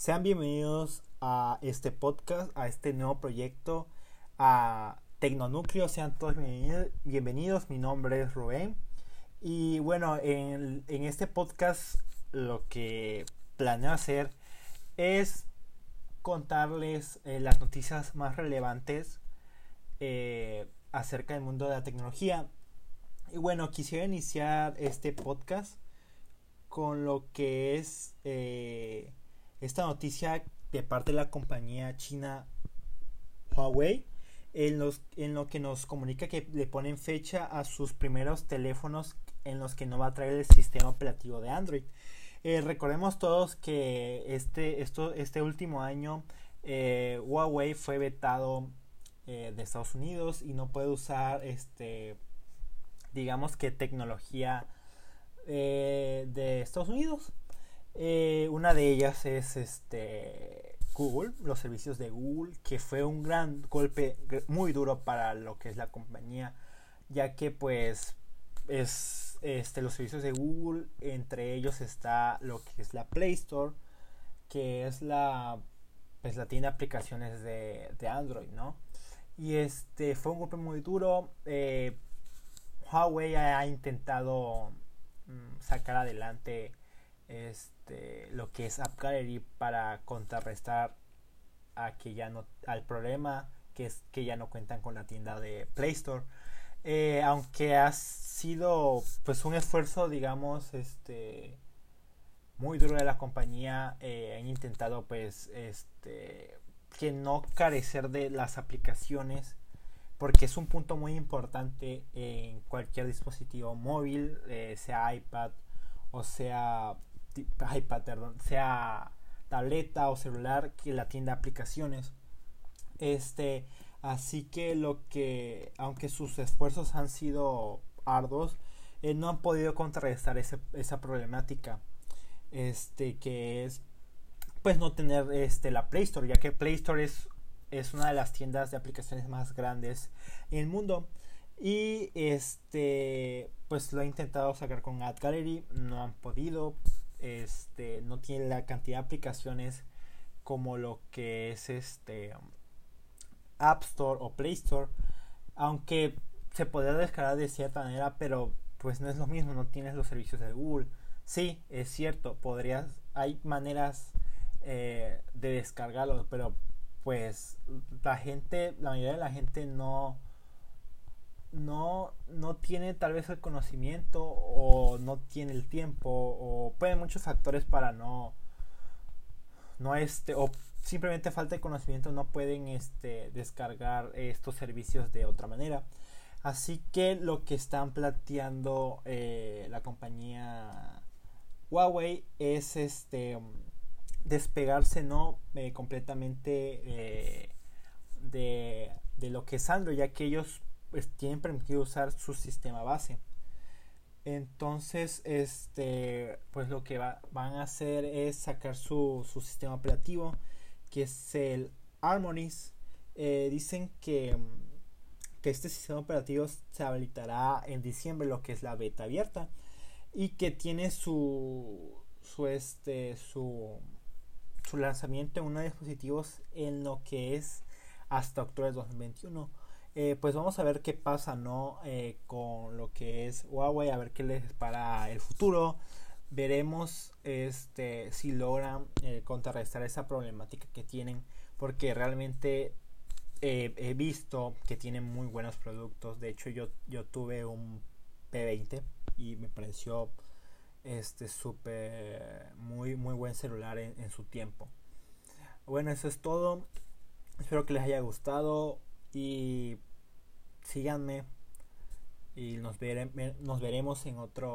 Sean bienvenidos a este podcast, a este nuevo proyecto, a Tecnonúcleo. Sean todos bienvenidos. Mi nombre es Rubén. Y bueno, en este podcast lo que planeo hacer es contarles las noticias más relevantes acerca del mundo de la tecnología. Y bueno, quisiera iniciar este podcast con lo que es esta noticia de parte de la compañía china Huawei, en lo que nos comunica que le ponen fecha a sus primeros teléfonos en los que no va a traer el sistema operativo de Android. Recordemos todos que este último año Huawei fue vetado de Estados Unidos y no puede usar digamos que tecnología de Estados Unidos. Una de ellas es Google, los servicios de Google, que fue un gran golpe muy duro para lo que es la compañía, ya que pues es los servicios de Google, entre ellos está lo que es la Play Store, que es la tienda de aplicaciones de Android, ¿no? Y fue un golpe muy duro. Huawei ha intentado sacar adelante lo que es App Gallery para contrarrestar al problema, que es que ya no cuentan con la tienda de Play Store. Aunque ha sido pues un esfuerzo, digamos, muy duro de la compañía, han intentado pues que no carecer de las aplicaciones, porque es un punto muy importante en cualquier dispositivo móvil, sea iPad o sea sea tableta o celular, que la tienda de aplicaciones. Así que aunque sus esfuerzos han sido arduos, no han podido contrarrestar esa problemática, que es pues no tener la Play Store, ya que Play Store es una de las tiendas de aplicaciones más grandes en el mundo. Y pues lo he intentado sacar con App Gallery, no han podido. No tiene la cantidad de aplicaciones como lo que es App Store o Play Store, aunque se podría descargar de cierta manera, pero pues no es lo mismo, no tienes los servicios de Google. Sí, es cierto, hay maneras de descargarlos, pero pues la mayoría de la gente no tiene tal vez el conocimiento, o no tiene el tiempo, o pueden muchos factores para o simplemente falta de conocimiento, no pueden descargar estos servicios de otra manera. Así que lo que están planteando la compañía Huawei es despegarse completamente de lo que es Android, ya que ellos pues tienen permitido usar su sistema base. Entonces pues lo que van a hacer es sacar su sistema operativo, que es el Harmonies. Dicen que este sistema operativo se habilitará en diciembre, lo que es la beta abierta, y que tiene su lanzamiento en unos dispositivos en lo que es hasta octubre de 2021. Pues vamos a ver qué pasa, ¿no? Con lo que es Huawei, a ver qué les para el futuro. Veremos si logran contrarrestar esa problemática que tienen, porque realmente he visto que tienen muy buenos productos. De hecho, yo tuve un P20 y me pareció súper muy buen celular en su tiempo. Bueno, eso es todo. Espero que les haya gustado y síganme, y nos veremos en otro